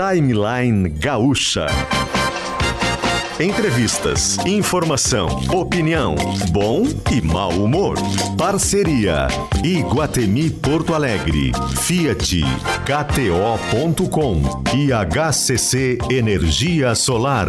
Timeline Gaúcha. Entrevistas, informação, opinião, bom e mau humor. Parceria Iguatemi Porto Alegre, Fiat, KTO.com e HCC Energia Solar.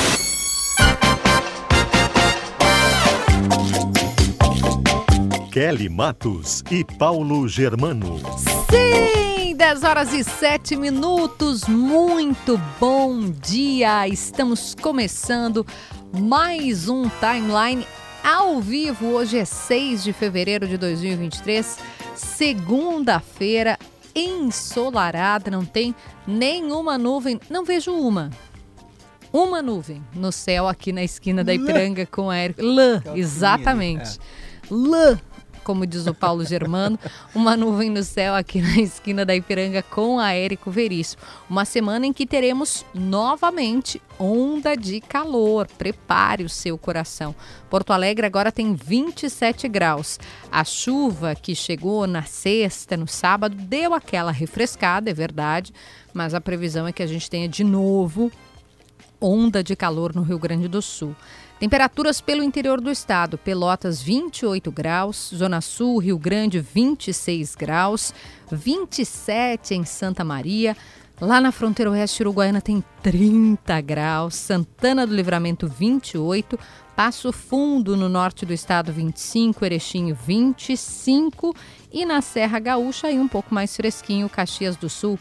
Kelly Matos e Paulo Germano. Sim, 10h07. Muito bom dia. Estamos começando mais um Timeline ao vivo. Hoje é 6 de fevereiro de 2023, segunda-feira, ensolarada, não tem nenhuma nuvem, não vejo uma nuvem no céu aqui na esquina da Ipiranga com a Érico. Lã, exatamente. Lã, como diz o Paulo Germano, uma nuvem no céu aqui na esquina da Ipiranga com a Érico Veríssimo. Uma semana em que teremos novamente onda de calor. Prepare o seu coração. Porto Alegre agora tem 27 graus. A chuva que chegou na sexta, no sábado, deu aquela refrescada, é verdade, mas a previsão é que a gente tenha de novo onda de calor no Rio Grande do Sul. Temperaturas pelo interior do estado: Pelotas 28 graus, Zona Sul, Rio Grande 26 graus, 27 em Santa Maria, lá na fronteira oeste uruguaiana tem 30 graus, Santana do Livramento 28, Passo Fundo no norte do estado 25, Erechim 25 e na Serra Gaúcha aí um pouco mais fresquinho, Caxias do Sul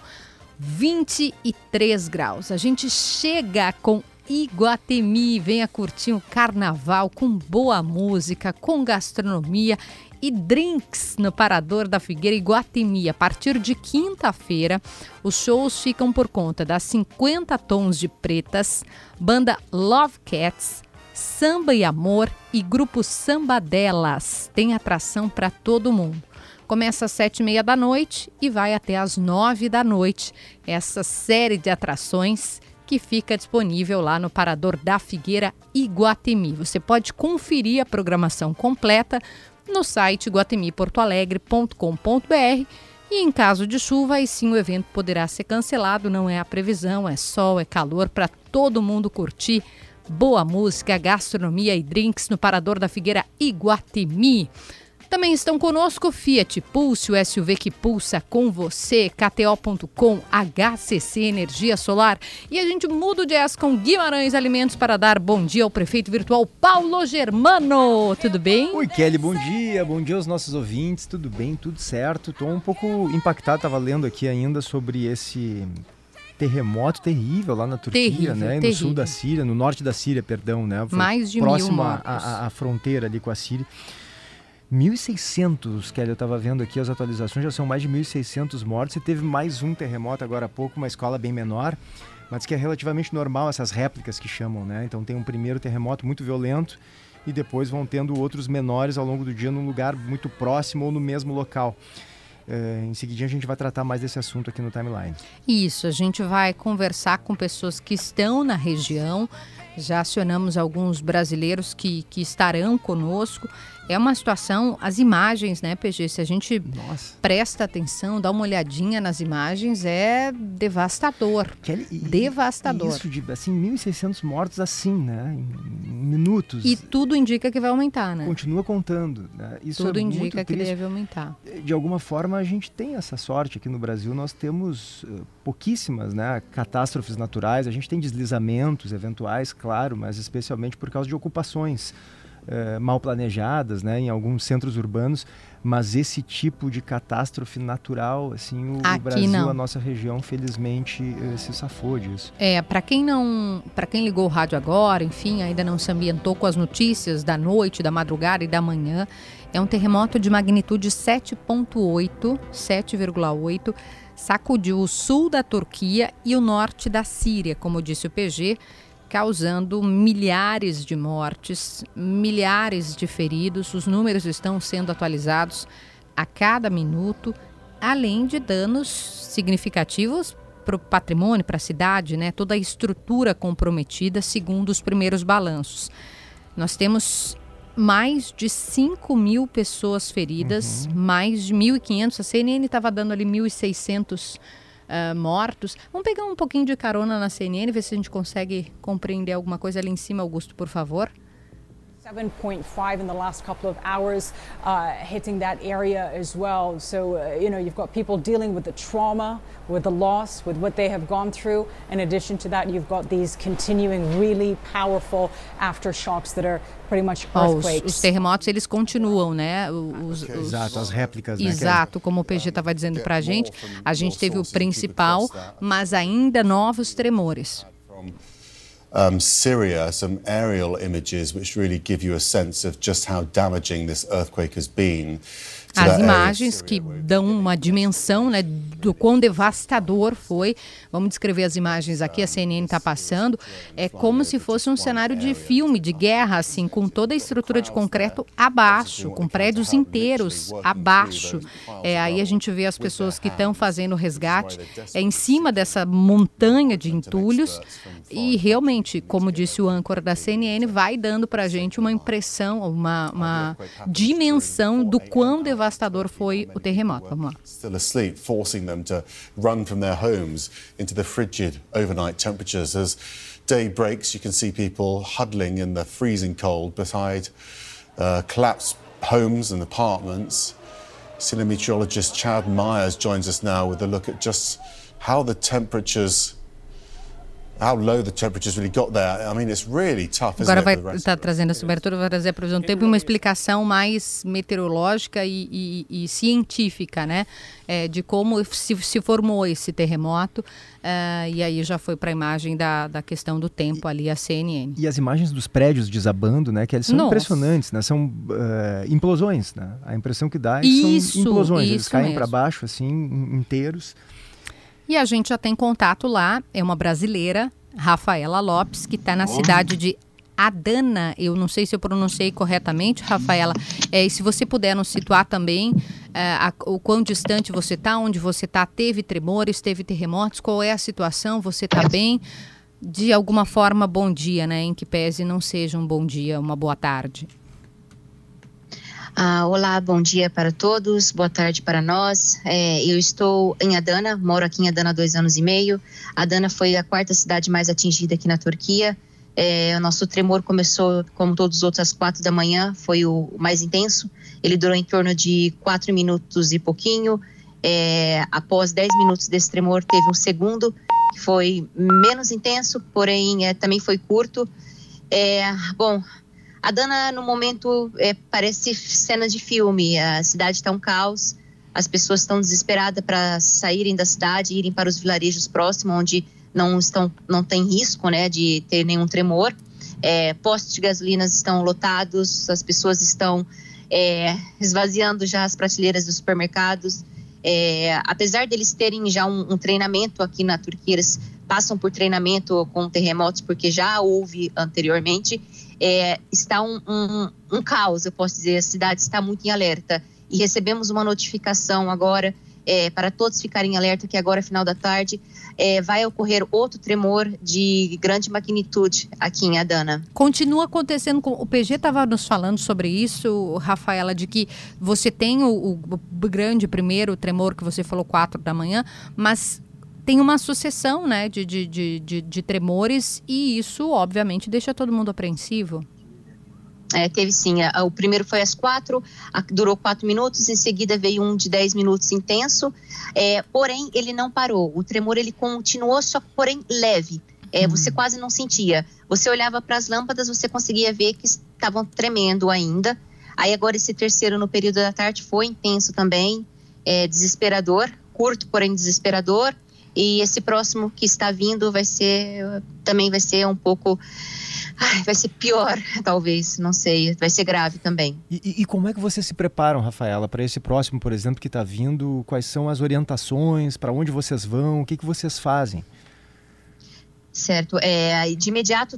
23 graus. A gente chega com Iguatemi, venha curtir um carnaval com boa música, com gastronomia e drinks no Parador da Figueira Iguatemi. A partir de quinta-feira, os shows ficam por conta das 50 Tons de Pretas, banda Love Cats, Samba e Amor e grupo Samba Delas. Tem atração para todo mundo. Começa às 7h30 da noite e vai até às 9 da noite. Essa série de atrações que fica disponível lá no Parador da Figueira Iguatemi. Você pode conferir a programação completa no site iguatemiportoalegre.com.br e em caso de chuva, aí sim o evento poderá ser cancelado, não é a previsão, é sol, é calor para todo mundo curtir boa música, gastronomia e drinks no Parador da Figueira Iguatemi. Também estão conosco Fiat Pulse, o SUV que pulsa com você, KTO.com, HCC Energia Solar. E a gente muda o jazz com Guimarães Alimentos para dar bom dia ao prefeito virtual Paulo Germano. Tudo bem? Oi, Kelly, bom dia aos nossos ouvintes, tudo bem, tudo certo. Estou um pouco impactado, estava lendo aqui ainda sobre esse terremoto terrível lá na Turquia, né? No sul da Síria, no norte da Síria, perdão, né? Foi mais de próximo 1.000 mortos. à fronteira ali com a Síria. 1.600, Kelly, eu estava vendo aqui as atualizações, já são mais de 1.600 mortos e teve mais um terremoto agora há pouco, uma escala bem menor, mas que é relativamente normal essas réplicas que chamam, né? Então tem um primeiro terremoto muito violento e depois vão tendo outros menores ao longo do dia num lugar muito próximo ou no mesmo local. Em seguida a gente vai tratar mais desse assunto aqui no Timeline. Isso, a gente vai conversar com pessoas que estão na região, já acionamos alguns brasileiros que estarão conosco. É uma situação, as imagens, né, PG? Se a gente presta atenção, dá uma olhadinha nas imagens, é devastador. Devastador. Isso de, assim, 1.600 mortos assim, né, em minutos. E tudo indica que vai aumentar, né? Continua contando, né? Isso tudo indica muito que triste. deve aumentar. De alguma forma, a gente tem essa sorte aqui no Brasil. Nós temos pouquíssimas, né, catástrofes naturais. A gente tem deslizamentos eventuais, claro, mas especialmente por causa de ocupações mal planejadas, né, em alguns centros urbanos, mas esse tipo de catástrofe natural, assim, o Brasil, não. A nossa região, felizmente, se safou disso. Para quem ligou o rádio agora, enfim, ainda não se ambientou com as notícias da noite, da madrugada e da manhã, é um terremoto de magnitude 7,8, sacudiu o sul da Turquia e o norte da Síria, como disse o PG, causando milhares de mortes, milhares de feridos. Os números estão sendo atualizados a cada minuto, além de danos significativos para o patrimônio, para a cidade, né? Toda a estrutura comprometida, segundo os primeiros balanços. Nós temos mais de 5.000 pessoas feridas, mais de 1.500, a CNN estava dando ali 1.600 mortos. Vamos pegar um pouquinho de carona na CNN, ver se a gente consegue compreender alguma coisa ali em cima, Augusto, por favor. 7.5 in the last couple of hours, hitting that area as well. So, you've got people dealing with the trauma, with the loss, with what they have gone through. In addition to that, you've got these continuing really powerful aftershocks that are pretty much earthquakes. Os terremotos, eles continuam, né? Exato, as réplicas. Né? Exato, como o PG estava dizendo pra gente, a gente teve o principal, mas ainda novos tremores. Syria, some aerial images which really give you a sense of just how damaging this earthquake has been. As imagens que dão uma dimensão, né, do quão devastador foi. Vamos descrever as imagens aqui, a CNN está passando. É como se fosse um cenário de filme, de guerra, assim, com toda a estrutura de concreto abaixo, com prédios inteiros abaixo. Aí a gente vê as pessoas que estão fazendo o resgate em cima dessa montanha de entulhos. E realmente, como disse o âncora da CNN, vai dando para a gente uma impressão, uma dimensão do quão devastador foi o terremoto. Vamos lá. Still asleep, forcing them to run from their homes into the frigid overnight temperatures. As day breaks, you can see people huddling in the freezing cold beside collapsed homes and apartments. Senior meteorologist Chad Myers joins us now with a look at just how low the temperatures really got there. I mean, it's really tough, isn't it? Agora vai estar trazendo essa cobertura, vai trazer a previsão do tempo e uma explicação mais meteorológica e científica, né? De como se formou esse terremoto. E aí já foi para a imagem da questão do tempo ali, a CNN. E as imagens dos prédios desabando, né? Que eles são impressionantes, né? São implosões, né? A impressão que dá são implosões. Eles caem para baixo, assim, inteiros. E a gente já tem contato lá, é uma brasileira, Rafaela Lopes, que está na cidade de Adana. Eu não sei se eu pronunciei corretamente, Rafaela. E se você puder nos situar também, o quão distante você está, onde você está, teve tremores, teve terremotos, qual é a situação, você está bem? De alguma forma, bom dia, né? Em que pese não seja um bom dia, uma boa tarde. Olá, bom dia para todos, boa tarde para nós. Eu estou em Adana, moro aqui em Adana há 2 anos e meio. Adana foi a 4ª cidade mais atingida aqui na Turquia. O nosso tremor começou, como todos os outros, às 4 da manhã, foi o mais intenso. Ele durou em torno de 4 minutos e pouquinho. Após 10 minutos desse tremor, teve um segundo, que foi menos intenso, porém também foi curto. Adana, no momento, parece cena de filme. A cidade está um caos, as pessoas estão desesperadas para saírem da cidade e irem para os vilarejos próximos, onde não tem risco, né, de ter nenhum tremor. Postos de gasolina estão lotados, as pessoas estão esvaziando já as prateleiras dos supermercados. Apesar deles terem já um treinamento aqui na Turquia, eles passam por treinamento com terremotos, porque já houve anteriormente. Está um caos, eu posso dizer. A cidade está muito em alerta e recebemos uma notificação agora para todos ficarem em alerta que agora, final da tarde, vai ocorrer outro tremor de grande magnitude aqui em Adana. Continua acontecendo, o PG estava nos falando sobre isso, Rafaela, de que você tem o grande primeiro tremor que você falou 4 da manhã, mas tem uma sucessão, né, de tremores e isso, obviamente, deixa todo mundo apreensivo. Teve sim. O primeiro foi às 4, durou 4 minutos, em seguida veio um de 10 minutos intenso, porém ele não parou. O tremor ele continuou, só porém leve. Você quase não sentia. Você olhava para as lâmpadas, você conseguia ver que estavam tremendo ainda. Aí agora esse terceiro no período da tarde foi intenso também, desesperador, curto, porém desesperador. E esse próximo que está vindo vai ser um pouco... vai ser pior, talvez, não sei, vai ser grave também. E como é que vocês se preparam, Rafaela, para esse próximo, por exemplo, que está vindo? Quais são as orientações, para onde vocês vão, o que vocês fazem? Certo, de imediato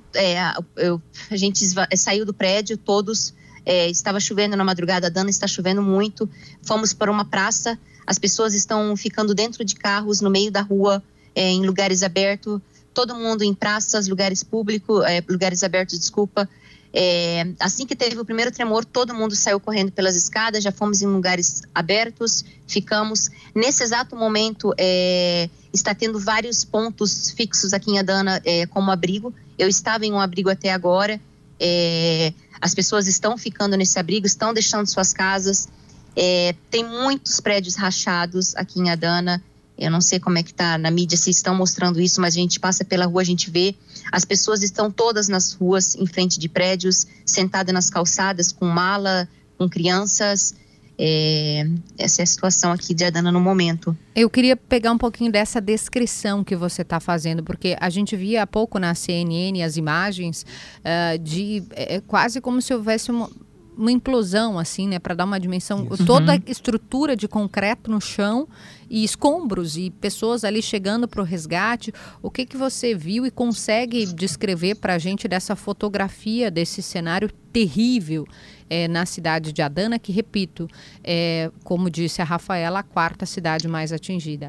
a gente saiu do prédio, todos, estava chovendo na madrugada, Adana está chovendo muito, fomos para uma praça, as pessoas estão ficando dentro de carros, no meio da rua, em lugares abertos, todo mundo em praças, lugares públicos, lugares abertos, Assim que teve o primeiro tremor, todo mundo saiu correndo pelas escadas, já fomos em lugares abertos, ficamos. Nesse exato momento, está tendo vários pontos fixos aqui em Adana como abrigo. Eu estava em um abrigo até agora. As pessoas estão ficando nesse abrigo, estão deixando suas casas. Tem muitos prédios rachados aqui em Adana. Eu não sei como é que está na mídia, se estão mostrando isso, mas a gente passa pela rua, a gente vê. As pessoas estão todas nas ruas, em frente de prédios, sentadas nas calçadas, com mala, com crianças. Essa é a situação aqui de Adana no momento. Eu queria pegar um pouquinho dessa descrição que você está fazendo, porque a gente via há pouco na CNN as imagens de quase como se houvesse uma implosão, assim, né, para dar uma dimensão, toda a estrutura de concreto no chão e escombros e pessoas ali chegando para o resgate. O que você viu e consegue descrever para a gente dessa fotografia, desse cenário terrível na cidade de Adana, que, repito, como disse a Rafaela, a 4ª cidade mais atingida?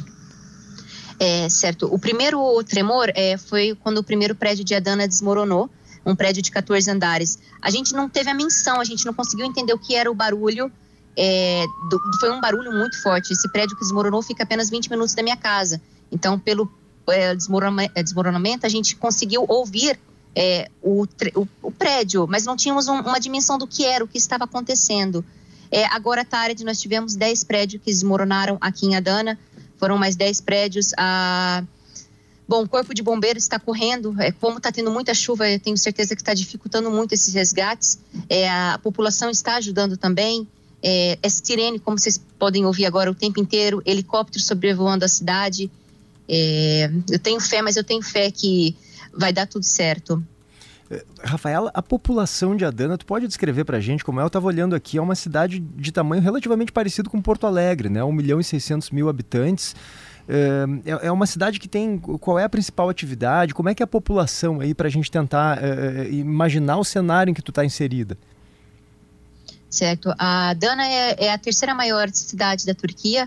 Certo. O primeiro tremor foi quando o primeiro prédio de Adana desmoronou, um prédio de 14 andares. A gente não teve a menção, a gente não conseguiu entender o que era o barulho. Foi um barulho muito forte. Esse prédio que desmoronou fica apenas 20 minutos da minha casa. Então, pelo desmoronamento, a gente conseguiu ouvir o prédio, mas não tínhamos uma dimensão do que era, o que estava acontecendo. Agora à tarde, nós tivemos 10 prédios que desmoronaram aqui em Adana. Foram mais 10 prédios. Bom, o Corpo de Bombeiros está correndo, como está tendo muita chuva, eu tenho certeza que está dificultando muito esses resgates. A população está ajudando também. Sirene, como vocês podem ouvir agora o tempo inteiro, helicóptero sobrevoando a cidade. Eu tenho fé, mas eu tenho fé que vai dar tudo certo. Rafaela, a população de Adana, tu pode descrever para a gente como é? Eu estava olhando aqui, é uma cidade de tamanho relativamente parecido com Porto Alegre, né? 1.600.000 habitantes. É uma cidade que tem... Qual é a principal atividade? Como é que é a população aí para a gente tentar imaginar o cenário em que tu está inserida? Certo. A Adana é a 3ª maior cidade da Turquia.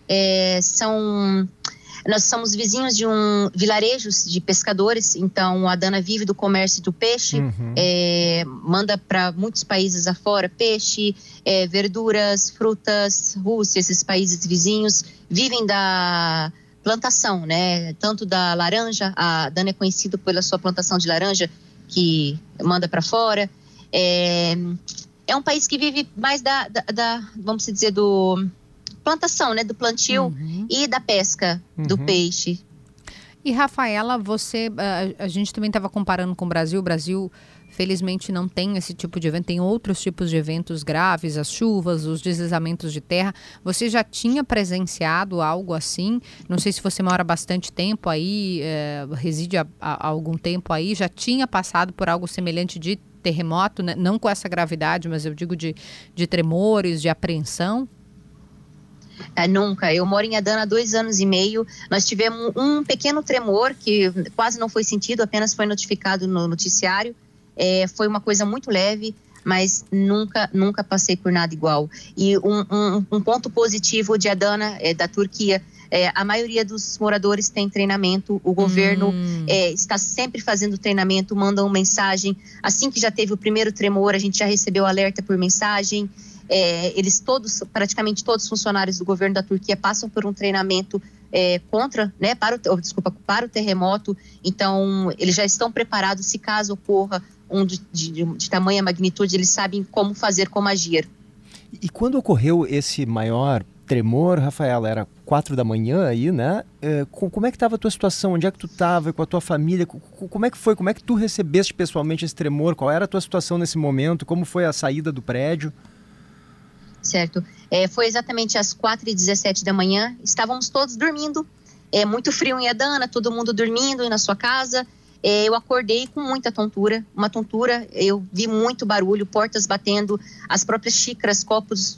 Nós somos vizinhos de vilarejos de pescadores, então a Adana vive do comércio do peixe, manda para muitos países afora peixe, verduras, frutas. Rússia, esses países vizinhos vivem da plantação, né? Tanto da laranja, a Adana é conhecida pela sua plantação de laranja, que manda para fora. É um país que vive mais vamos dizer, do plantação, né, do plantio e da pesca do peixe. E Rafaela, a gente também estava comparando com o Brasil. O Brasil, felizmente, não tem esse tipo de evento, tem outros tipos de eventos graves, as chuvas, os deslizamentos de terra. Você já tinha presenciado algo assim? Não sei se você mora bastante tempo aí, reside há algum tempo aí, já tinha passado por algo semelhante de terremoto, né? Não com essa gravidade, mas eu digo de tremores, de apreensão? Nunca. Eu moro em Adana há 2 anos e meio. Nós tivemos um pequeno tremor que quase não foi sentido, apenas foi notificado no noticiário. Foi uma coisa muito leve, mas nunca passei por nada igual. E um ponto positivo de Adana, da Turquia, a maioria dos moradores tem treinamento. O governo está sempre fazendo treinamento, mandam mensagem. Assim que já teve o primeiro tremor, a gente já recebeu alerta por mensagem. Praticamente todos os funcionários do governo da Turquia passam por um treinamento para o terremoto. Então, eles já estão preparados se caso ocorra de tamanha magnitude, eles sabem como fazer, como agir. E quando ocorreu esse maior tremor, Rafaela, era 4 da manhã aí, né? Como é que estava a tua situação? Onde é que tu estava com a tua família? Como é que foi? Como é que tu recebeste pessoalmente esse tremor? Qual era a tua situação nesse momento? Como foi a saída do prédio? Certo. Foi exatamente às 4h17 da manhã. Estávamos todos dormindo. Muito frio em Adana, todo mundo dormindo na sua casa. Eu acordei com muita tontura, uma tontura. Eu vi muito barulho, portas batendo, as próprias xícaras, copos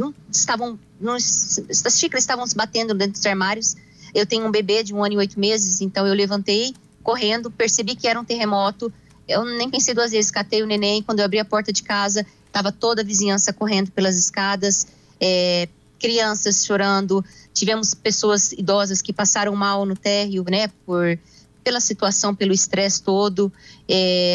as xícaras estavam se batendo dentro dos armários. Eu tenho um bebê de 1 ano e 8 meses, então eu levantei correndo, percebi que era um terremoto. Eu nem pensei 2 vezes, catei o neném. Quando eu abri a porta de casa, estava toda a vizinhança correndo pelas escadas, crianças chorando. Tivemos pessoas idosas que passaram mal no térreo, né, pela situação, pelo estresse todo.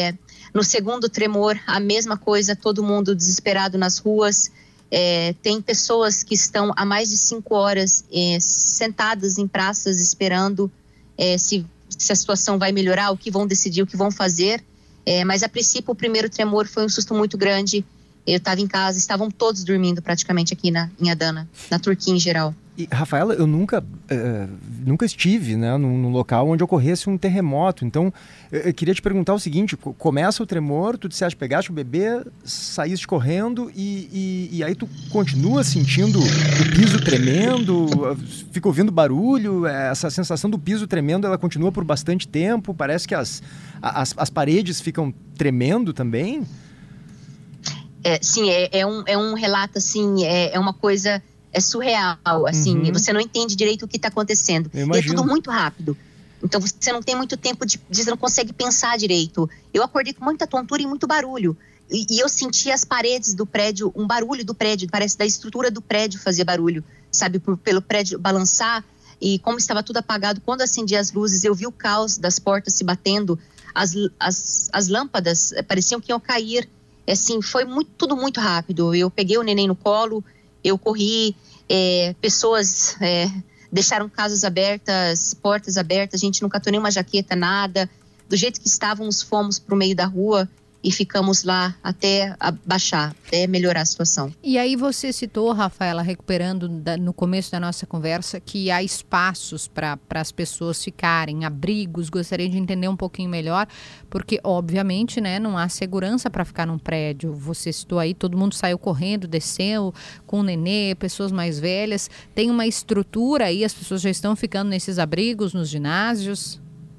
No segundo tremor, a mesma coisa, todo mundo desesperado nas ruas. Tem pessoas que estão há mais de 5 horas sentadas em praças esperando se a situação vai melhorar, o que vão decidir, o que vão fazer. Mas a princípio o primeiro tremor foi um susto muito grande. Eu estava em casa, estavam todos dormindo praticamente aqui em Adana, na Turquia em geral. E, Rafaela, eu nunca estive, né, num local onde ocorresse um terremoto. Então, eu queria te perguntar o seguinte: começa o tremor, tu disseste, pegaste o bebê, saíste correndo e aí tu continua sentindo o piso tremendo, fica ouvindo barulho, essa sensação do piso tremendo, ela continua por bastante tempo, parece que as paredes ficam tremendo também? Sim, é um relato, assim, é uma coisa surreal, assim, você não entende direito o que está acontecendo. E é tudo muito rápido. Então você não tem muito tempo, você não consegue pensar direito. Eu acordei com muita tontura e muito barulho. E eu senti as paredes do prédio, um barulho do prédio, parece da estrutura do prédio fazer barulho, sabe, pelo prédio balançar. E como estava tudo apagado, quando acendi as luzes, eu vi o caos das portas se batendo, as lâmpadas pareciam que iam cair. Assim, foi tudo muito rápido. Eu peguei o neném no colo, eu corri, pessoas deixaram casas abertas, portas abertas, a gente não catou nenhuma jaqueta, nada. Do jeito que estávamos, fomos para o meio da rua e ficamos lá até baixar, até melhorar a situação. E aí você citou, Rafaela, recuperando no começo da nossa conversa, que há espaços para as pessoas ficarem, abrigos. Gostaria de entender um pouquinho melhor, porque obviamente, né, não há segurança para ficar num prédio. Você citou aí, todo mundo saiu correndo, desceu com o nenê, pessoas mais velhas. Tem uma estrutura aí, as pessoas já estão ficando nesses abrigos, nos ginásios?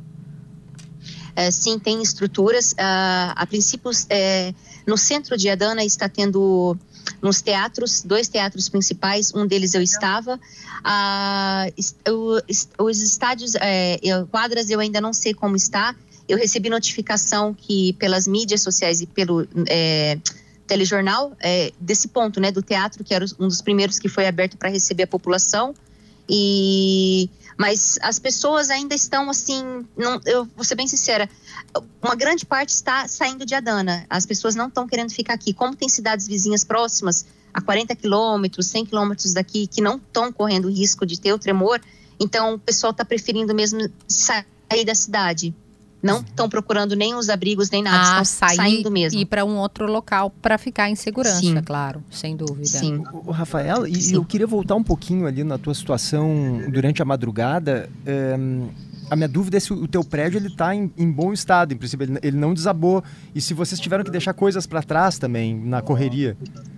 Sim, tem estruturas. A princípio, no centro de Adana está tendo nos teatros, 2 teatros principais, um deles eu estava. Os estádios, quadras, eu ainda não sei como está. Eu recebi notificação que pelas mídias sociais e pelo telejornal, desse ponto, né, do teatro, que era um dos primeiros que foi aberto para receber a população. Mas as pessoas ainda estão assim, eu vou ser bem sincera, uma grande parte está saindo de Adana. As pessoas não estão querendo ficar aqui. Como tem cidades vizinhas próximas, a 40 quilômetros, 100 quilômetros daqui, que não estão correndo risco de ter o tremor, então o pessoal está preferindo mesmo sair da cidade. Não estão procurando nem os abrigos, nem nada, estão saindo mesmo. E ir para um outro local para ficar em segurança, Sim. Claro, sem dúvida. Sim. Rafaela, e eu queria voltar um pouquinho ali na tua situação durante a madrugada. A minha dúvida é se o teu prédio ele está em bom estado, em princípio, ele não desabou. E se vocês tiveram que deixar coisas para trás também, na correria?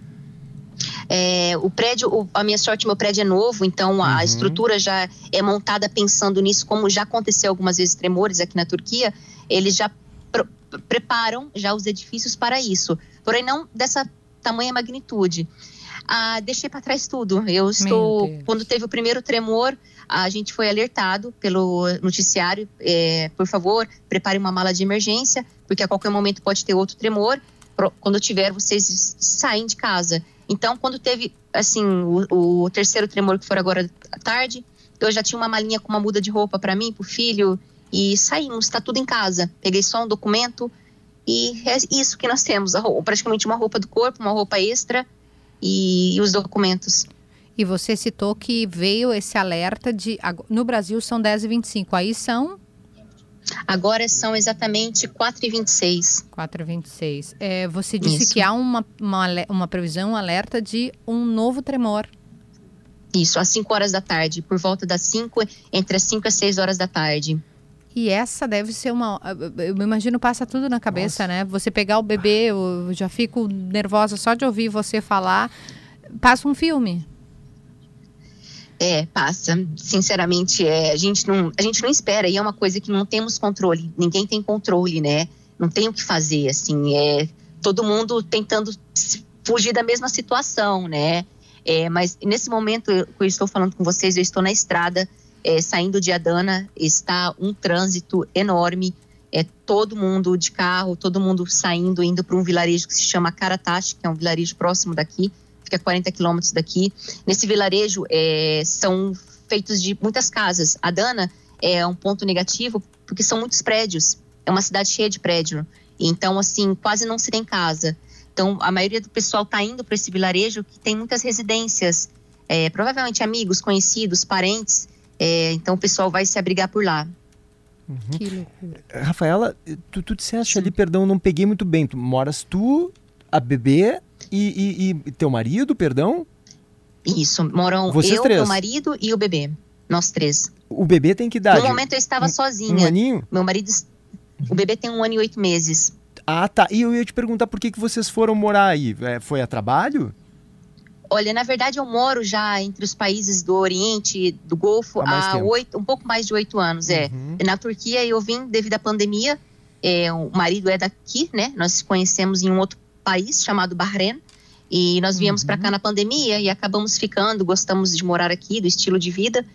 O prédio, a minha sorte, meu prédio é novo, então a estrutura já é montada pensando nisso, como já aconteceu algumas vezes tremores aqui na Turquia, eles já preparam já os edifícios para isso, porém não dessa tamanha magnitude. Deixei para trás tudo. Quando teve o primeiro tremor, a gente foi alertado pelo noticiário, por favor, prepare uma mala de emergência, porque a qualquer momento pode ter outro tremor. Quando tiver, vocês saem de casa. Então, quando teve, assim, o terceiro tremor, que foi agora à tarde, eu já tinha uma malinha com uma muda de roupa para mim, para o filho, e saímos, está tudo em casa. Peguei só um documento e é isso que nós temos, praticamente uma roupa do corpo, uma roupa extra e os documentos. E você citou que veio esse alerta no Brasil são 10h25, aí são? Agora são exatamente 4h26. 4h26. Você disse que há uma previsão, um alerta de um novo tremor. Isso, às 5 horas da tarde, por volta das 5, entre as 5 e as 6 horas da tarde. E essa deve ser eu me imagino, passa tudo na cabeça, né? Você pegar o bebê, eu já fico nervosa só de ouvir você falar. Passa um filme. Passa. Sinceramente, a gente não espera, e é uma coisa que não temos controle. Ninguém tem controle, né? Não tem o que fazer, assim. Todo mundo tentando fugir da mesma situação, né? Mas nesse momento que eu estou falando com vocês, eu estou na estrada, saindo de Adana, está um trânsito enorme. Todo mundo de carro, todo mundo saindo, indo para um vilarejo que se chama Karataş, que é um vilarejo próximo daqui, fica a 40 quilômetros daqui. Nesse vilarejo são feitos de muitas casas. Adana é um ponto negativo porque são muitos prédios. É uma cidade cheia de prédio. Então, assim, quase não se tem casa. Então, a maioria do pessoal está indo para esse vilarejo que tem muitas residências, provavelmente amigos, conhecidos, parentes. Então, o pessoal vai se abrigar por lá. Que loucura. Rafaela, tu disseste ali, perdão, não peguei muito bem. Tu moras tu, a bebê e teu marido, perdão? Isso, moram Vocês eu, três? meu marido e o bebê. Nós 3. O bebê tem que idade? No momento eu estava sozinha. Um aninho? Meu marido, o bebê tem 1 ano e 8 meses. Ah, tá. E eu ia te perguntar por que vocês foram morar aí. Foi a trabalho? Olha, na verdade eu moro já entre os países do Oriente, do Golfo, há um pouco mais de 8 anos. Na Turquia eu vim devido à pandemia. O marido é daqui, né? Nós conhecemos em um outro país chamado Bahrein. E nós viemos para cá na pandemia e acabamos ficando, gostamos de morar aqui, do estilo de vida.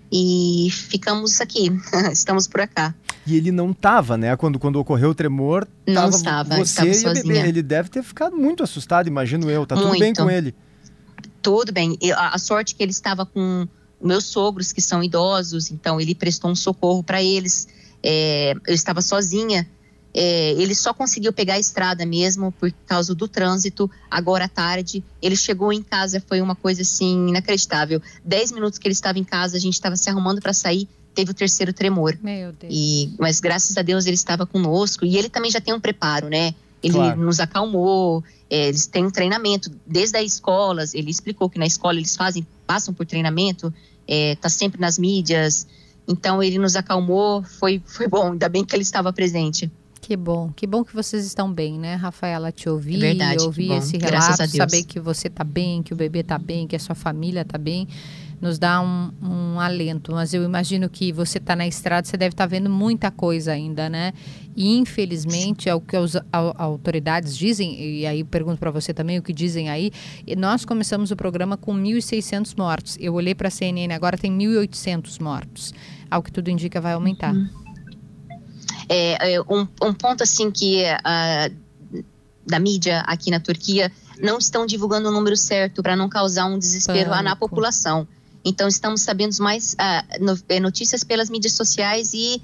E ficamos aqui, estamos por cá. E ele não estava, né? Quando ocorreu o tremor, não estava, você estava e a bebê. sozinha. Ele deve ter ficado muito assustado, imagino eu. Tá tudo bem com ele? Tudo bem. A sorte que ele estava com meus sogros, que são idosos, então ele prestou um socorro para eles. Eu estava sozinha. Ele só conseguiu pegar a estrada mesmo por causa do trânsito, agora à tarde. Ele chegou em casa, foi uma coisa assim inacreditável. 10 minutos que ele estava em casa, a gente estava se arrumando para sair, teve o 3º tremor. Meu Deus. Mas graças a Deus ele estava conosco e ele também já tem um preparo, né? Ele nos acalmou, eles têm um treinamento desde as escolas. Ele explicou que na escola eles passam por treinamento, tá sempre nas mídias. Então ele nos acalmou, foi bom, ainda bem que ele estava presente. Que bom que vocês estão bem, né, Rafaela? Te ouvir, ouvir esse relato, saber que você tá bem, que o bebê tá bem, que a sua família tá bem, nos dá um alento. Mas eu imagino que você tá na estrada, você deve estar vendo muita coisa ainda, né? E infelizmente, é o que as autoridades dizem, e aí pergunto para você também o que dizem aí. Nós começamos o programa com 1.600 mortos. Eu olhei para a CNN, agora tem 1.800 mortos. Ao que tudo indica, vai aumentar. Um ponto assim que da mídia aqui na Turquia não estão divulgando o número certo para não causar um desespero na população. Então estamos sabendo mais notícias pelas mídias sociais e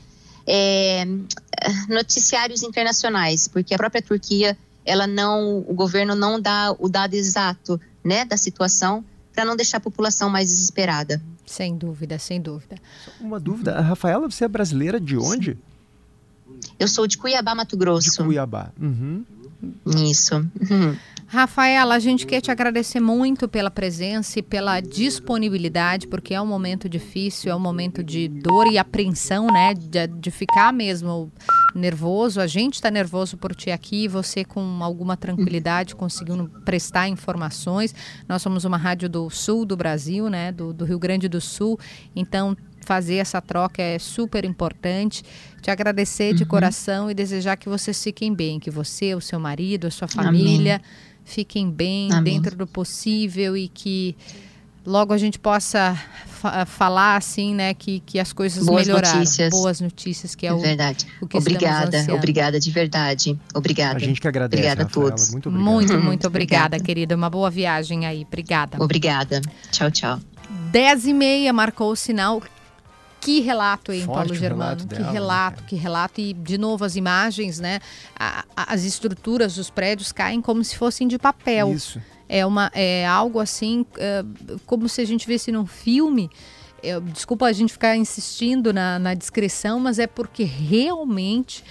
noticiários internacionais, porque a própria Turquia, o governo não dá o dado exato, né, da situação, para não deixar a população mais desesperada. Sem dúvida, sem dúvida. Uma dúvida, Rafaela, você é brasileira de onde? Eu sou de Cuiabá, Mato Grosso. De Cuiabá. Isso. Rafaela, a gente quer te agradecer muito pela presença e pela disponibilidade, porque é um momento difícil, é um momento de dor e apreensão, né? De ficar mesmo nervoso. A gente está nervoso por ti aqui, você com alguma tranquilidade conseguindo prestar informações. Nós somos uma rádio do sul do Brasil, né? Do Rio Grande do Sul, então fazer essa troca é super importante. Te agradecer de coração e desejar que vocês fiquem bem, que você, o seu marido, a sua família fiquem bem dentro do possível e que logo a gente possa falar assim, né, que as coisas melhoraram. Boas notícias, que é verdade. O que estamos ansiando. Obrigada de verdade. Obrigada. A gente que agradece, obrigada Rafaela. A todos. Muito obrigado. Muito obrigada, querida. Uma boa viagem aí. Obrigada. Obrigada. Tchau, tchau. 10h30 marcou o sinal. Que relato, hein, Forte Paulo Germano? Que relato. E, de novo, as imagens, né? As estruturas dos prédios caem como se fossem de papel. Isso. É algo assim, como se a gente visse num filme. Desculpa a gente ficar insistindo na descrição, mas é porque realmente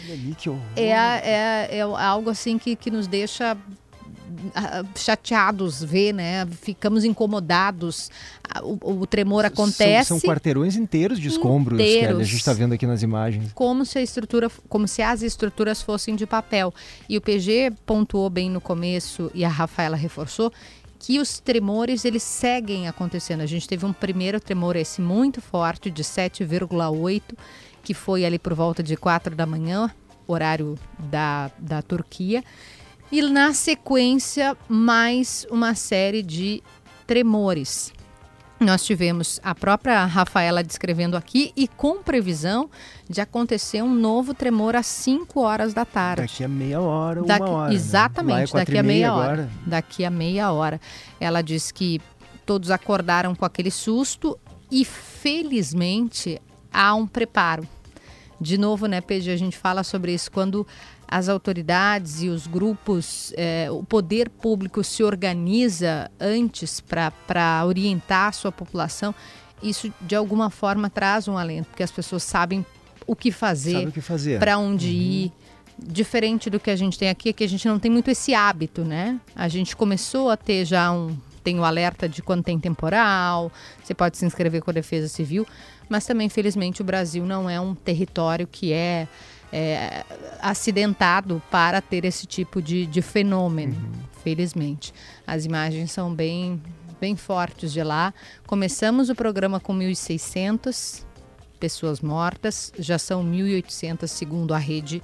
é algo assim que nos deixa chateados ver, né? Ficamos incomodados. O tremor acontece. São quarteirões inteiros de escombros que a gente está vendo aqui nas imagens. Como se as estruturas fossem de papel. E o PG pontuou bem no começo, e a Rafaela reforçou, que os tremores, eles seguem acontecendo. A gente teve um primeiro tremor, esse muito forte, de 7,8, que foi ali por volta de 4 da manhã, horário da Turquia. E na sequência, mais uma série de tremores. Nós tivemos a própria Rafaela descrevendo aqui e com previsão de acontecer um novo tremor às 5 horas da tarde. Daqui a meia hora, uma hora. Exatamente, né? daqui a meia hora. Agora. Daqui a meia hora. Ela disse que todos acordaram com aquele susto e, felizmente, há um preparo. De novo, né, PG, a gente fala sobre isso, quando as autoridades e os grupos, o poder público se organiza antes para orientar a sua população, isso de alguma forma traz um alento, porque as pessoas sabem o que fazer, para onde ir. Diferente do que a gente tem aqui, é que a gente não tem muito esse hábito, né? A gente começou a ter já tem o alerta de quando tem temporal, você pode se inscrever com a Defesa Civil, mas também, infelizmente, o Brasil não é um território que é acidentado para ter esse tipo de fenômeno, felizmente. As imagens são bem fortes de lá. Começamos o programa com 1.600 pessoas mortas, já são 1.800 segundo a rede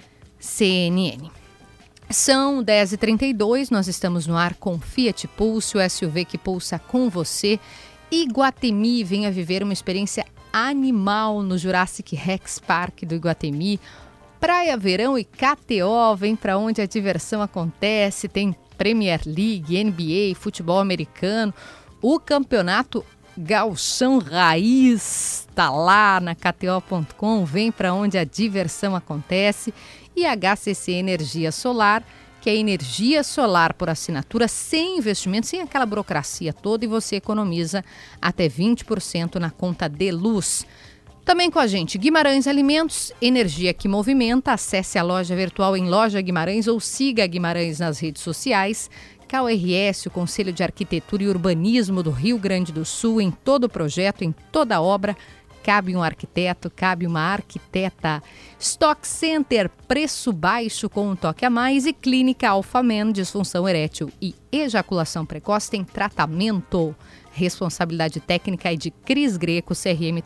CNN. São 10h32, nós estamos no ar com Fiat Pulse, o SUV que pulsa com você. Iguatemi, venha viver uma experiência animal no Jurassic Rex Park do Iguatemi. Praia, Verão e KTO, vem para onde a diversão acontece. Tem Premier League, NBA, futebol americano, o campeonato Gauchão Raiz está lá na KTO.com, vem para onde a diversão acontece. E HCC Energia Solar, que é energia solar por assinatura, sem investimento, sem aquela burocracia toda, e você economiza até 20% na conta de luz. Também com a gente, Guimarães Alimentos, energia que movimenta. Acesse a loja virtual em Loja Guimarães ou siga a Guimarães nas redes sociais. KRS, o Conselho de Arquitetura e Urbanismo do Rio Grande do Sul, em todo projeto, em toda obra, cabe um arquiteto, cabe uma arquiteta. Stock Center, preço baixo com um toque a mais. E Clínica Alphaman, disfunção erétil e ejaculação precoce tem tratamento. Responsabilidade técnica é de Cris Greco, CRM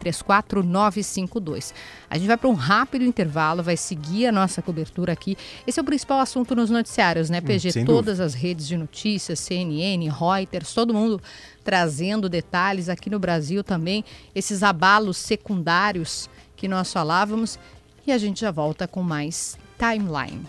34952. A gente vai para um rápido intervalo, vai seguir a nossa cobertura aqui. Esse é o principal assunto nos noticiários, né, PG? Todas as redes de notícias, CNN, Reuters, todo mundo trazendo detalhes. Aqui no Brasil também, esses abalos secundários que nós falávamos. E a gente já volta com mais Timeline.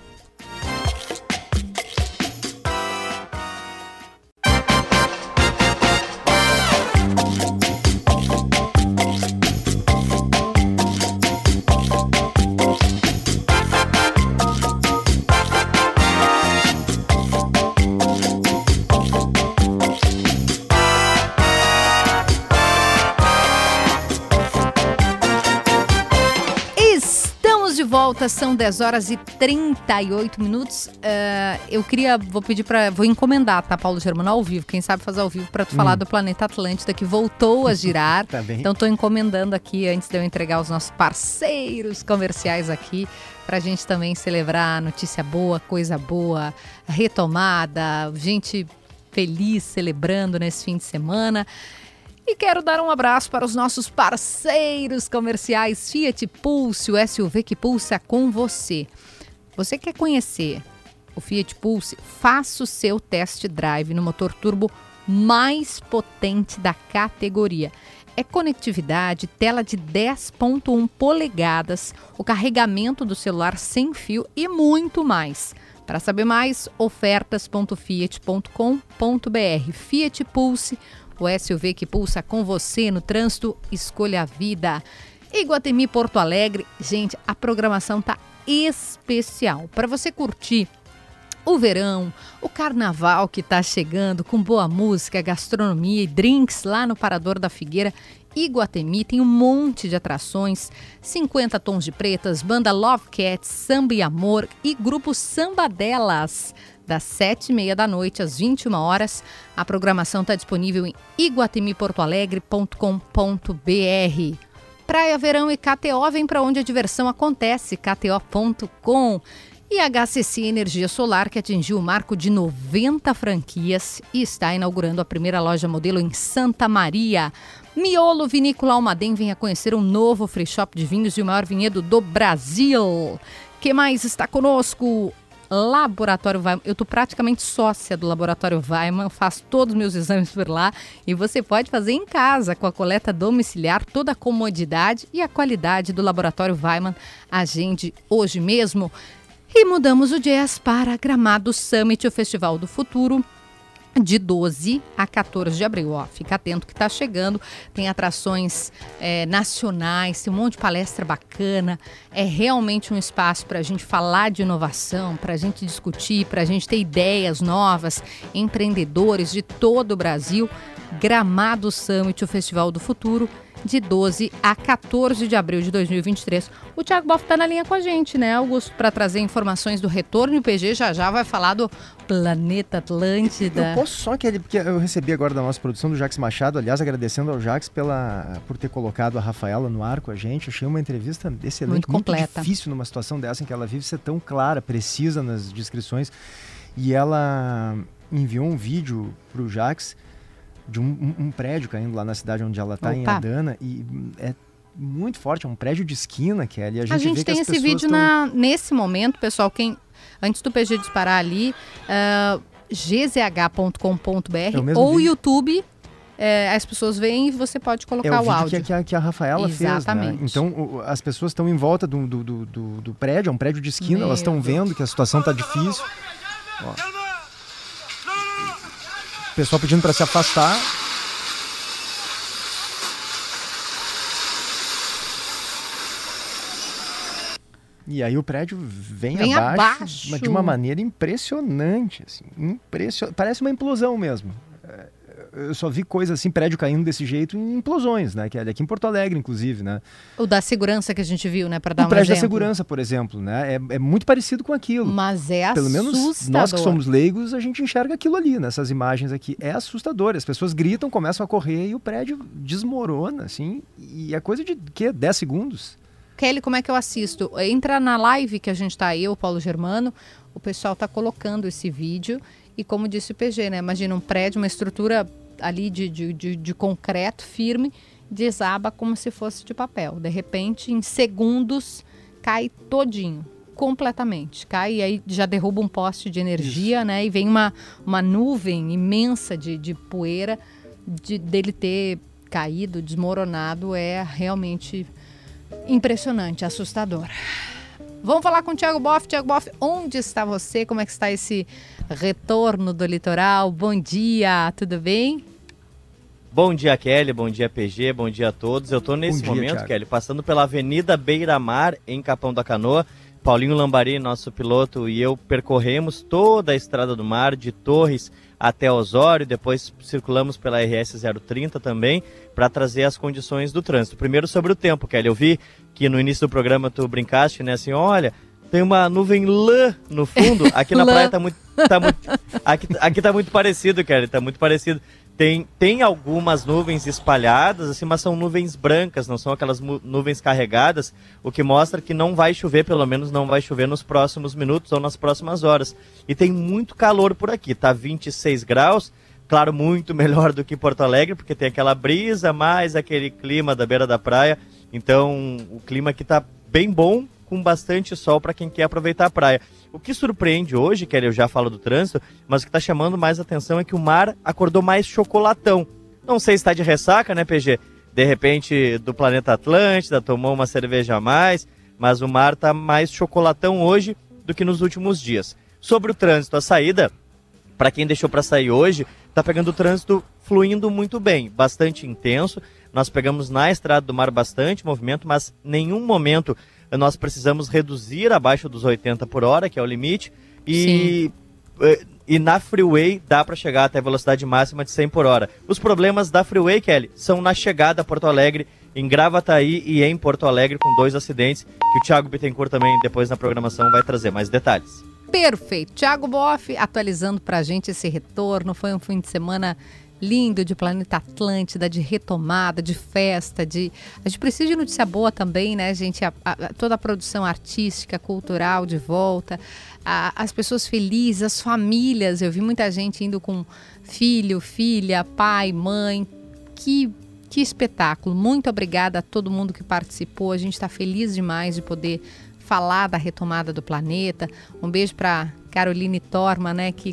Volta, são 10h38. Vou encomendar, tá, Paulo Germano, ao vivo. Quem sabe fazer ao vivo para tu falar do Planeta Atlântida, que voltou a girar. Tá bem. Então tô encomendando aqui, antes de eu entregar os nossos parceiros comerciais aqui, pra gente também celebrar notícia boa, coisa boa, retomada, gente feliz celebrando nesse fim de semana. E quero dar um abraço para os nossos parceiros comerciais Fiat Pulse, o SUV que pulsa com você. Você quer conhecer o Fiat Pulse? Faça o seu test drive no motor turbo mais potente da categoria. É conectividade, tela de 10.1 polegadas, o carregamento do celular sem fio e muito mais. Para saber mais, ofertas.fiat.com.br. Fiat Pulse, o SUV que pulsa com você no trânsito, escolha a vida. Iguatemi Porto Alegre, gente, a programação tá especial para você curtir o verão, o carnaval que tá chegando com boa música, gastronomia e drinks lá no Parador da Figueira. Iguatemi tem um monte de atrações, 50 Tons de Pretas, banda Love Cats, Samba e Amor e grupo Samba Delas. Das 7h30 da noite às 21 horas. A programação está disponível em iguatemiportoalegre.com.br. Praia, Verão e KTO, vem para onde a diversão acontece, kto.com. E a HCC Energia Solar, que atingiu o marco de 90 franquias e está inaugurando a primeira loja modelo em Santa Maria. Miolo Vinícola Almaden, venha conhecer um novo free shop de vinhos e o maior vinhedo do Brasil. Que mais está conosco? Laboratório Weiman. Eu estou praticamente sócia do Laboratório Weiman, eu faço todos os meus exames por lá e você pode fazer em casa com a coleta domiciliar, toda a comodidade e a qualidade do Laboratório Weiman. Agende hoje mesmo. E mudamos o jazz para Gramado Summit, o Festival do Futuro. de 12 a 14 de abril. Ó, fica atento que está chegando, tem atrações nacionais, tem um monte de palestra bacana, é realmente um espaço para a gente falar de inovação, para a gente discutir, para a gente ter ideias novas, empreendedores de todo o Brasil. Gramado Summit, o Festival do Futuro, de 12 a 14 de abril de 2023. O Thiago Boff está na linha com a gente, né, Augusto, para trazer informações do retorno, e o PG já vai falar do Planeta Atlântida. Eu posso só, porque eu recebi agora da nossa produção do Jax Machado, aliás, agradecendo ao Jax por ter colocado a Rafaela no ar com a gente. Achei uma entrevista excelente, muito completa. Muito difícil numa situação dessa em que ela vive ser tão clara, precisa nas descrições. E ela enviou um vídeo para o Jax de um prédio caindo lá na cidade onde ela está, em Adana, e é muito forte, é um prédio de esquina, Kelly. A gente vê tem esse vídeo nesse momento, pessoal, antes do PG disparar ali, gzh.com.br ou vídeo. YouTube, as pessoas veem e você pode colocar o áudio. Que a Rafaela fez, né? Então as pessoas estão em volta do prédio, é um prédio de esquina, elas estão vendo que a situação está difícil. Ó. O pessoal pedindo para se afastar. E aí o prédio vem abaixo, mas de uma maneira impressionante. Assim, parece uma implosão mesmo. Eu só vi coisa assim, prédio caindo desse jeito em implosões, né? Que é aqui em Porto Alegre, inclusive, né? O da segurança que a gente viu, né? Para dar um exemplo. O prédio da segurança, por exemplo, né? É muito parecido com aquilo. Mas é assustador. Pelo menos nós que somos leigos, a gente enxerga aquilo ali, nessas imagens aqui. É assustador. As pessoas gritam, começam a correr e o prédio desmorona, assim. E é coisa de, 10 segundos? Kelly, como é que eu assisto? Entra na live que a gente tá, eu, Paulo Germano, o pessoal tá colocando esse vídeo. E como disse o PG, né? Imagina um prédio, uma estrutura ali de concreto firme, desaba como se fosse de papel. De repente, em segundos, cai todinho, completamente. Cai e aí já derruba um poste de energia, né? E vem uma nuvem imensa de poeira dele ter caído, desmoronado. É realmente impressionante, assustador. Vamos falar com o Thiago Boff. Thiago Boff, onde está você? Como é que está esse retorno do litoral? Bom dia, tudo bem? Bom dia, Kelly, bom dia, PG, bom dia a todos. Eu estou nesse momento, Thiago, Kelly, passando pela Avenida Beira-Mar, em Capão da Canoa. Paulinho Lambari, nosso piloto, e eu percorremos toda a Estrada do Mar, de Torres até Osório, depois circulamos pela RS 030 também, para trazer as condições do trânsito. Primeiro sobre o tempo, Kelly, eu vi que no início do programa tu brincaste, né, assim, olha, tem uma nuvem lã no fundo, aqui na praia aqui tá muito parecido, Kelly, tá muito parecido. Tem algumas nuvens espalhadas, assim, mas são nuvens brancas, não são aquelas nuvens carregadas, o que mostra que não vai chover, pelo menos não vai chover nos próximos minutos ou nas próximas horas. E tem muito calor por aqui, tá 26 graus, claro, muito melhor do que Porto Alegre, porque tem aquela brisa, mais aquele clima da beira da praia, então o clima aqui tá bem bom, com bastante sol para quem quer aproveitar a praia. O que surpreende hoje, Kelly, eu já falo do trânsito, mas o que está chamando mais atenção é que o mar acordou mais chocolatão. Não sei se está de ressaca, né, PG? De repente, do Planeta Atlântida, tomou uma cerveja a mais, mas o mar está mais chocolatão hoje do que nos últimos dias. Sobre o trânsito, a saída, para quem deixou para sair hoje, está pegando o trânsito fluindo muito bem, bastante intenso. Nós pegamos na Estrada do Mar bastante movimento, mas em nenhum momento nós precisamos reduzir abaixo dos 80 por hora, que é o limite, e na freeway dá para chegar até a velocidade máxima de 100 por hora. Os problemas da freeway, Kelly, são na chegada a Porto Alegre, em Gravataí e em Porto Alegre, com 2 acidentes, que o Thiago Bittencourt também depois na programação vai trazer mais detalhes. Perfeito. Thiago Boff atualizando pra gente esse retorno. Foi um fim de semana lindo de Planeta Atlântida, de retomada, de festa, a gente precisa de notícia boa também, né, gente? Toda a produção artística, cultural de volta, as pessoas felizes, as famílias. Eu vi muita gente indo com filho, filha, pai, mãe. Que espetáculo. Muito obrigada a todo mundo que participou. A gente está feliz demais de poder falar da retomada do planeta. Um beijo para Caroline Torma, né, que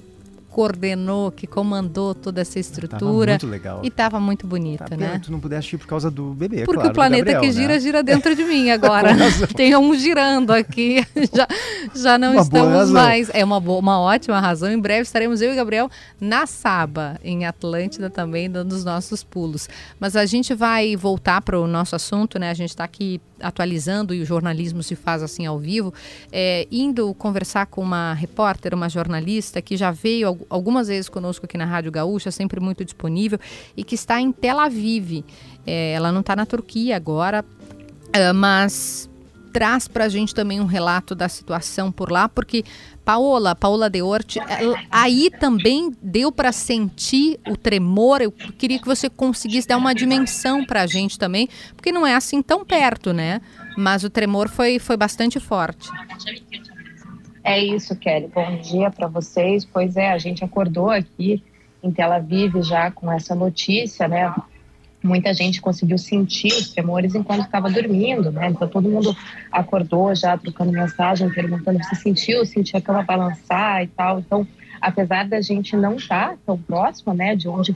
coordenou, que comandou toda essa estrutura. Tava muito legal. E tava muito bonita, né? Tu não pudeste ir por causa do bebê, porque claro, o planeta Gabriel, que gira, né? gira dentro de mim agora. Tem um girando aqui, já não estamos mais. É uma ótima razão. Em breve estaremos eu e Gabriel na Saba, em Atlântida também, dando os nossos pulos. Mas a gente vai voltar para o nosso assunto, né? A gente está aqui atualizando e o jornalismo se faz assim ao vivo, indo conversar com uma repórter, uma jornalista que já veio algumas vezes conosco aqui na Rádio Gaúcha, sempre muito disponível, e que está em Tel Aviv. Ela não está na Turquia agora, mas traz para a gente também um relato da situação por lá, porque Paola de Orte, aí também deu para sentir o tremor. Eu queria que você conseguisse dar uma dimensão para a gente também, porque não é assim tão perto, né? Mas o tremor foi bastante forte. É isso, Kelly. Bom dia para vocês. Pois é, a gente acordou aqui em Tel Aviv já com essa notícia, né? Muita gente conseguiu sentir os tremores enquanto estava dormindo, né? Então todo mundo acordou já trocando mensagem, perguntando se sentiu a cama balançar e tal. Então, apesar da gente não estar tão próximo, né, de onde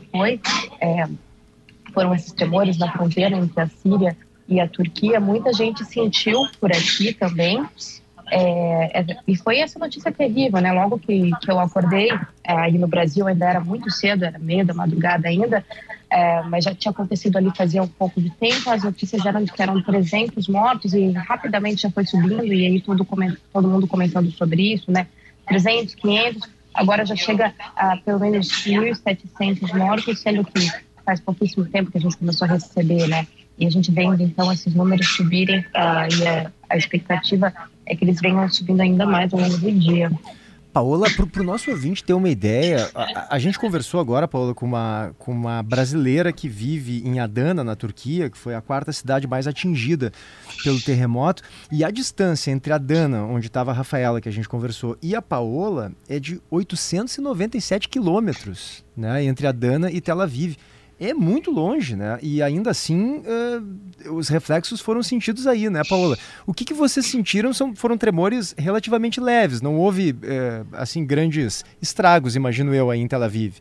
foram esses tremores na fronteira entre a Síria e a Turquia, muita gente sentiu por aqui também. E foi essa notícia terrível, né? Logo que eu acordei, aí no Brasil ainda era muito cedo, era meio da madrugada ainda, mas já tinha acontecido ali fazia um pouco de tempo. As notícias eram de que eram 300 mortos e rapidamente já foi subindo, e aí todo mundo comentando sobre isso, né? 300, 500, agora já chega a pelo menos 1.700 mortos, sendo que faz pouquíssimo tempo que a gente começou a receber, né? E a gente vendo então esses números subirem, e a expectativa é que eles venham subindo ainda mais ao longo do dia. Paola, para o nosso ouvinte ter uma ideia, a gente conversou agora, Paola, com uma brasileira que vive em Adana, na Turquia, que foi a 4ª cidade mais atingida pelo terremoto, e a distância entre Adana, onde estava a Rafaela, que a gente conversou, e a Paola é de 897 quilômetros, né, entre Adana e Tel Aviv. É muito longe, né? E ainda assim, os reflexos foram sentidos aí, né, Paola? O que vocês sentiram foram tremores relativamente leves, não houve, assim, grandes estragos, imagino eu, aí em Tel Aviv.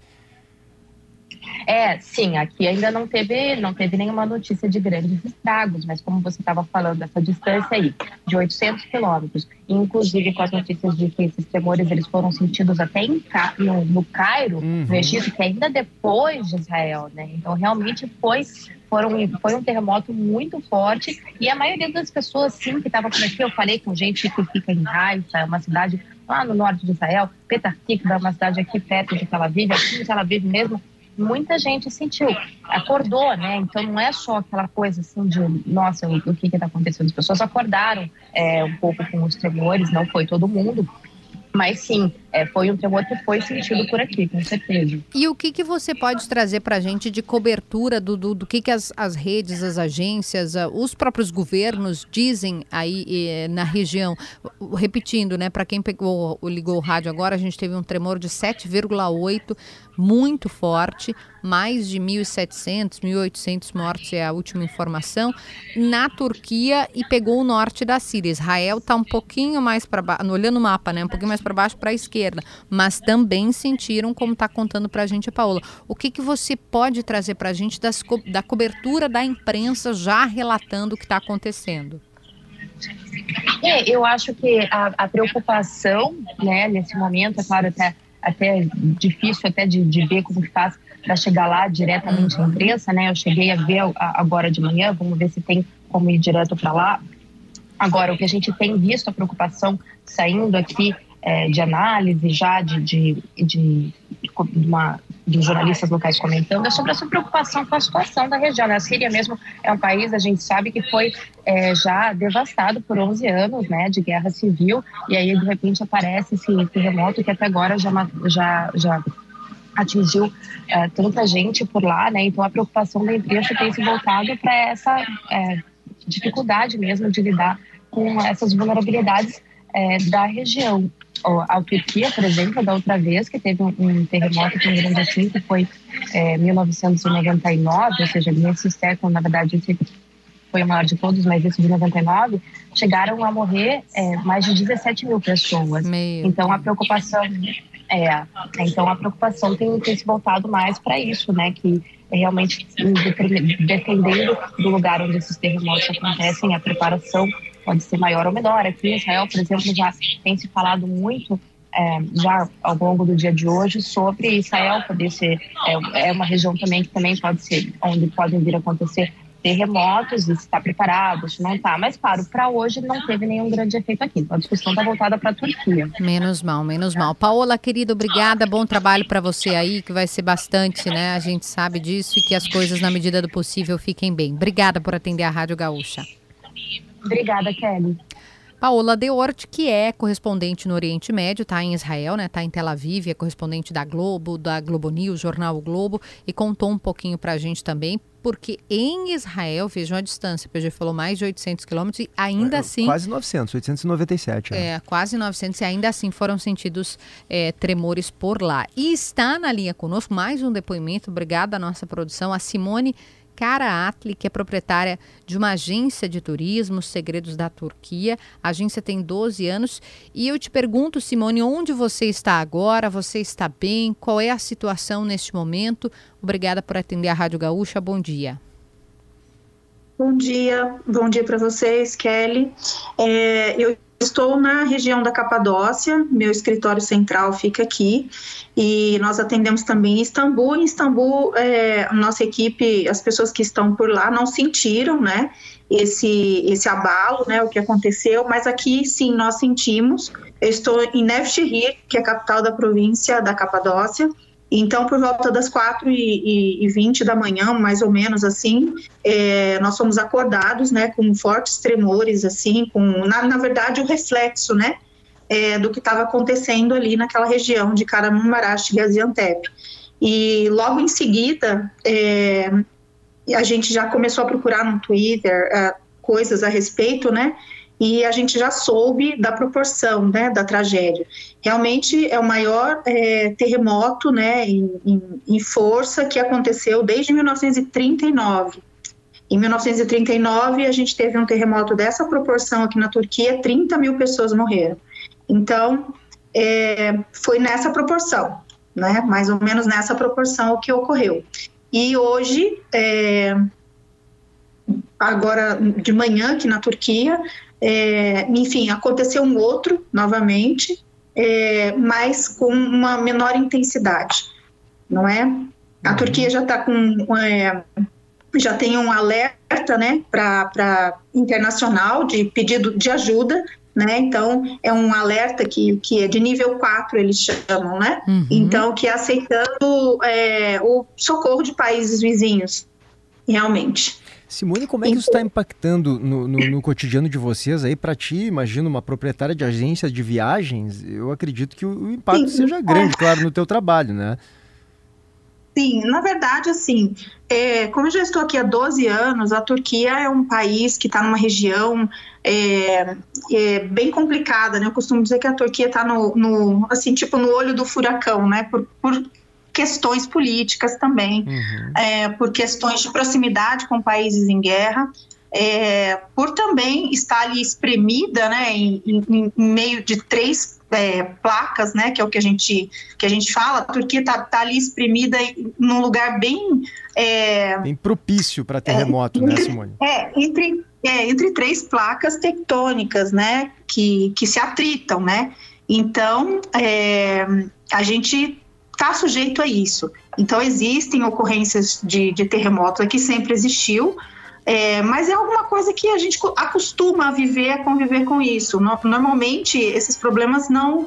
Sim, aqui ainda não teve nenhuma notícia de grandes estragos, mas como você estava falando, essa distância aí, de 800 quilômetros, inclusive com as notícias de que esses tremores eles foram sentidos até no Cairo, no Egito, que ainda depois de Israel, né? Então realmente foi um terremoto muito forte, e a maioria das pessoas, sim, que estavam por aqui, eu falei com gente que fica em Haifa, é uma cidade lá no norte de Israel, Petah Tikva, uma cidade aqui perto de Tel Aviv, aqui em Tel Aviv mesmo, muita gente sentiu, acordou, né? Então não é só aquela coisa assim de, nossa, o que está acontecendo? As pessoas acordaram um pouco com os tremores, não foi todo mundo, mas sim, foi um tremor que foi sentido por aqui, com certeza. E o que você pode trazer para a gente de cobertura do que as redes, as agências, os próprios governos dizem aí na região? Repetindo, né, para quem ligou o rádio agora, a gente teve um tremor de 7,8, muito forte, mais de 1.700, 1.800 mortos é a última informação, na Turquia, e pegou o norte da Síria. Israel está um pouquinho mais para baixo, olhando o mapa, né, um pouquinho mais para baixo, para a esquerda, mas também sentiram, como está contando para a gente a Paola. O que você pode trazer para a gente da cobertura da imprensa já relatando o que está acontecendo? Eu acho que a preocupação, né, nesse momento, é claro, até difícil até de ver como que faz para chegar lá diretamente à imprensa, né? Eu cheguei a ver agora de manhã, vamos ver se tem como ir direto para lá. Agora, o que a gente tem visto, a preocupação saindo aqui de análise já dos jornalistas locais comentando, é sobre essa preocupação com a situação da região, né? A Síria mesmo é um país, a gente sabe que foi já devastado por 11 anos, né, de guerra civil, e aí de repente aparece esse terremoto que até agora já atingiu tanta gente por lá, né? Então a preocupação da imprensa tem se voltado para essa dificuldade mesmo de lidar com essas vulnerabilidades da região. A Turquia, por exemplo, da outra vez que teve um terremoto tão grande assim, que foi em 1999, ou seja, nesse século, na verdade, esse foi o maior de todos, mas esse de 99, chegaram a morrer mais de 17 mil pessoas. Então a preocupação Então a preocupação tem se voltado mais para isso, né? Que realmente, dependendo do lugar onde esses terremotos acontecem, a preparação pode ser maior ou menor. Aqui em Israel, por exemplo, já tem se falado muito, já ao longo do dia de hoje, sobre Israel poder ser, uma região também que também pode ser, onde podem vir a acontecer terremotos, e se está preparado, se não está. Mas, claro, para hoje não teve nenhum grande efeito aqui. Então, a discussão está voltada para a Turquia. Menos mal. Paola, querida, obrigada. Bom trabalho para você aí, que vai ser bastante, né? A gente sabe disso e que as coisas, na medida do possível, fiquem bem. Obrigada por atender a Rádio Gaúcha. Obrigada, Kelly. Paola Deort, que é correspondente no Oriente Médio, está em Israel, né? Está em Tel Aviv, é correspondente da Globo, da Globo News, Jornal O Globo, e contou um pouquinho para a gente também, porque em Israel, vejam a distância, o PG falou mais de 800 quilômetros e ainda assim... Quase 900, 897. Quase 900 e ainda assim foram sentidos tremores por lá. E está na linha conosco mais um depoimento, obrigada à nossa produção, a Simone Karaatli, que é proprietária de uma agência de turismo, Segredos da Turquia. A agência tem 12 anos. E eu te pergunto, Simone, onde você está agora? Você está bem? Qual é a situação neste momento? Obrigada por atender a Rádio Gaúcha. Bom dia. Bom dia para vocês, Kelly. Eu estou na região da Capadócia, meu escritório central fica aqui e nós atendemos também em Istambul. Em Istambul, a nossa equipe, as pessoas que estão por lá não sentiram, né, esse abalo, né, o que aconteceu, mas aqui sim nós sentimos. Eu estou em Nevşehir, que é a capital da província da Capadócia. Então, por volta das 4h20 da manhã, mais ou menos assim, nós fomos acordados, né, com fortes tremores, assim, na verdade, o reflexo, né, do que estava acontecendo ali naquela região de Kahramanmaraş e Gaziantep. E logo em seguida, a gente já começou a procurar no Twitter coisas a respeito, né, e a gente já soube da proporção, né, da tragédia. Realmente é o maior terremoto, né, em força que aconteceu desde 1939. Em 1939, a gente teve um terremoto dessa proporção aqui na Turquia, 30 mil pessoas morreram. Então, foi nessa proporção, né, mais ou menos nessa proporção o que ocorreu. E hoje, agora de manhã aqui na Turquia, enfim, aconteceu um outro novamente, mas com uma menor intensidade, não é? A Turquia já está já tem um alerta, né, para internacional de pedido de ajuda, né? Então é um alerta que é de nível 4, eles chamam, né? Uhum. Então que é aceitando o socorro de países vizinhos, realmente. Simone, como é que isso está impactando no cotidiano de vocês aí? Para ti, imagino, uma proprietária de agência de viagens, eu acredito que o impacto seja grande, claro, no teu trabalho, né? Sim, na verdade, assim, como eu já estou aqui há 12 anos, a Turquia é um país que está numa região bem complicada, né? Eu costumo dizer que a Turquia está assim, tipo, no olho do furacão, né? Por questões políticas também, por questões de proximidade com países em guerra, por também estar ali espremida, né, em meio de 3 placas, né, que é o que a gente fala. A Turquia tá ali espremida num lugar bem propício para terremoto, né, Simone? Entre 3 placas tectônicas, né, que se atritam, né. Então, a gente está sujeito a isso. Então, existem ocorrências de terremotos, aqui sempre existiu, mas é alguma coisa que a gente acostuma a viver, a conviver com isso. Normalmente, esses problemas não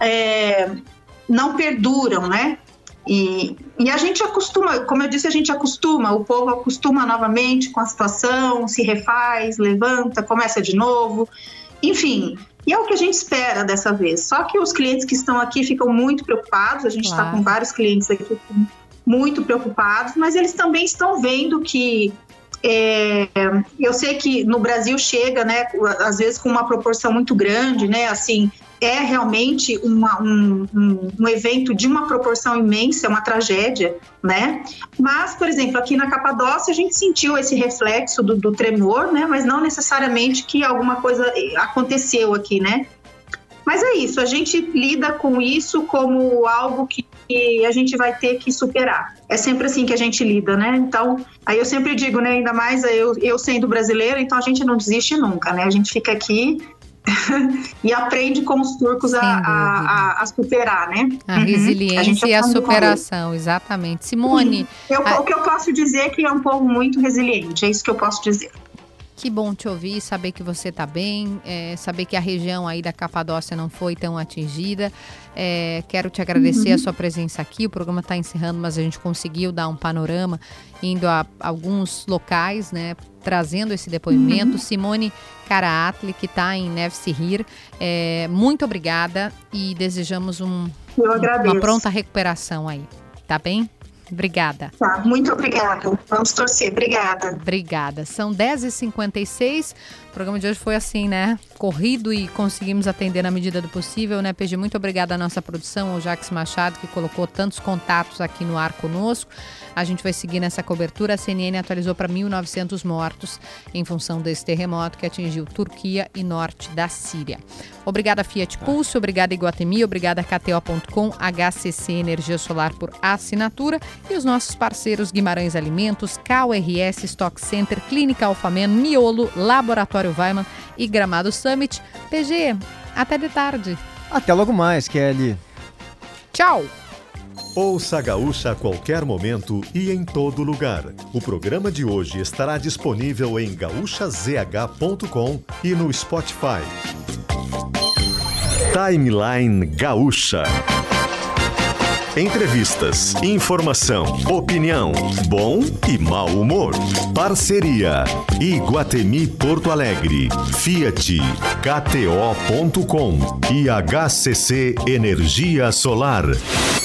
perduram, né? E a gente acostuma, como eu disse, o povo acostuma novamente com a situação, se refaz, levanta, começa de novo, enfim. E é o que a gente espera dessa vez. Só que os clientes que estão aqui ficam muito preocupados. A gente está com vários clientes aqui muito preocupados, mas eles também estão vendo que... eu sei que no Brasil chega, né, às vezes com uma proporção muito grande, né, assim, é realmente um evento de uma proporção imensa, é uma tragédia, né? Mas, por exemplo, aqui na Capadócia a gente sentiu esse reflexo do tremor, né? Mas não necessariamente que alguma coisa aconteceu aqui, né? Mas é isso, a gente lida com isso como algo que a gente vai ter que superar. É sempre assim que a gente lida, né? Então, aí eu sempre digo, né? Ainda mais eu sendo brasileira, então a gente não desiste nunca, né? A gente fica aqui e aprende com os turcos a superar, né? A resiliência e a superação, exatamente. Simone... O que eu posso dizer é que é um povo muito resiliente, é isso que eu posso dizer. Que bom te ouvir, saber que você está bem, saber que a região aí da Capadócia não foi tão atingida. Quero te agradecer a sua presença aqui. O programa está encerrando, mas a gente conseguiu dar um panorama, indo a alguns locais, né, trazendo esse depoimento. Simone Karaatli, que está em Nevşehir, muito obrigada e desejamos uma pronta recuperação aí, tá bem? Obrigada. Tá, muito obrigada. Vamos torcer. Obrigada. Obrigada. São 10h56. O programa de hoje foi assim, né? Corrido e conseguimos atender na medida do possível, né, PG? Muito obrigada à nossa produção, ao Jax Machado, que colocou tantos contatos aqui no ar conosco. A gente vai seguir nessa cobertura. A CNN atualizou para 1.900 mortos em função desse terremoto que atingiu Turquia e norte da Síria. Obrigada, Fiat Pulse, obrigada, Iguatemi, obrigada, KTO.com, HCC Energia Solar por assinatura e os nossos parceiros Guimarães Alimentos, KRS Stock Center, Clínica Alfamen, Miolo, Laboratório Weiman e Gramado Summit. PG, até de tarde. Até logo mais, Kelly. Tchau. Ouça a Gaúcha a qualquer momento e em todo lugar. O programa de hoje estará disponível em gaúchazh.com e no Spotify. Timeline Gaúcha. Entrevistas, informação, opinião, bom e mau humor. Parceria Iguatemi Porto Alegre, Fiat, KTO.com e HCC Energia Solar.